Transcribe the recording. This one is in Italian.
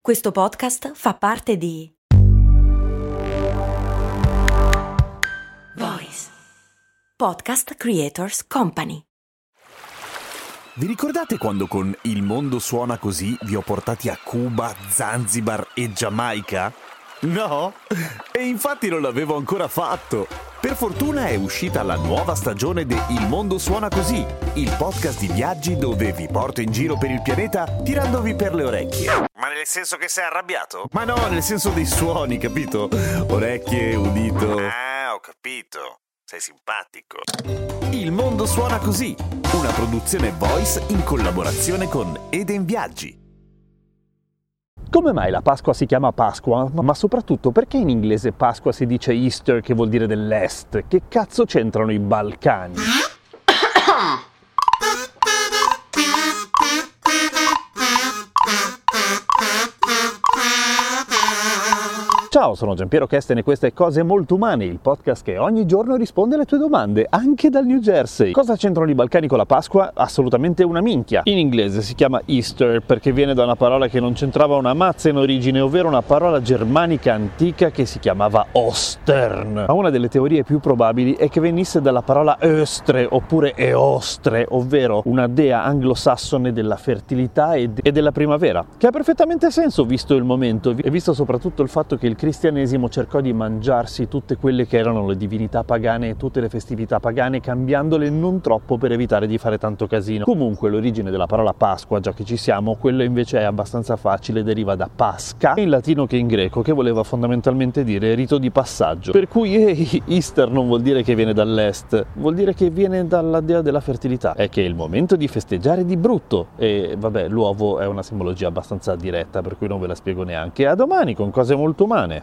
Questo podcast fa parte di Voice Podcast Creators Company. Vi ricordate quando con Il mondo suona così vi ho portati a Cuba, Zanzibar e Giamaica? No? E infatti non l'avevo ancora fatto. Per fortuna è uscita la nuova stagione di Il mondo suona così, il podcast di viaggi dove vi porto in giro per il pianeta tirandovi per le orecchie. Ma nel senso che sei arrabbiato? Ma no, nel senso dei suoni, capito? Orecchie, udito. Ah, ho capito. Sei simpatico. Il mondo suona così, una produzione Voice in collaborazione con Eden Viaggi. Come mai la Pasqua si chiama Pasqua? Ma soprattutto perché in inglese Pasqua si dice Easter, che vuol dire dell'est? Che cazzo c'entrano i Balcani? Ciao, sono Giampiero Kesten e questo è Cose Molto Umane, il podcast che ogni giorno risponde alle tue domande, anche dal New Jersey. Cosa c'entrano i Balcani con la Pasqua? Assolutamente una minchia. In inglese si chiama Easter perché viene da una parola che non c'entrava una mazza in origine, ovvero una parola germanica antica che si chiamava Ostern. Ma una delle teorie più probabili è che venisse dalla parola Östre oppure Eostre, ovvero una dea anglosassone della fertilità e della primavera, che ha perfettamente senso visto il momento e visto soprattutto il fatto che il cristianesimo cercò di mangiarsi tutte quelle che erano le divinità pagane e tutte le festività pagane, cambiandole non troppo per evitare di fare tanto casino. Comunque l'origine della parola Pasqua, già che ci siamo, quello invece è abbastanza facile, deriva da Pasca, in latino che in greco, che voleva fondamentalmente dire rito di passaggio. Per cui Easter non vuol dire che viene dall'est, vuol dire che viene dalla dea della fertilità. È che è il momento di festeggiare di brutto. E vabbè, l'uovo è una simbologia abbastanza diretta, per cui non ve la spiego neanche. A domani con Cose Molto Umane.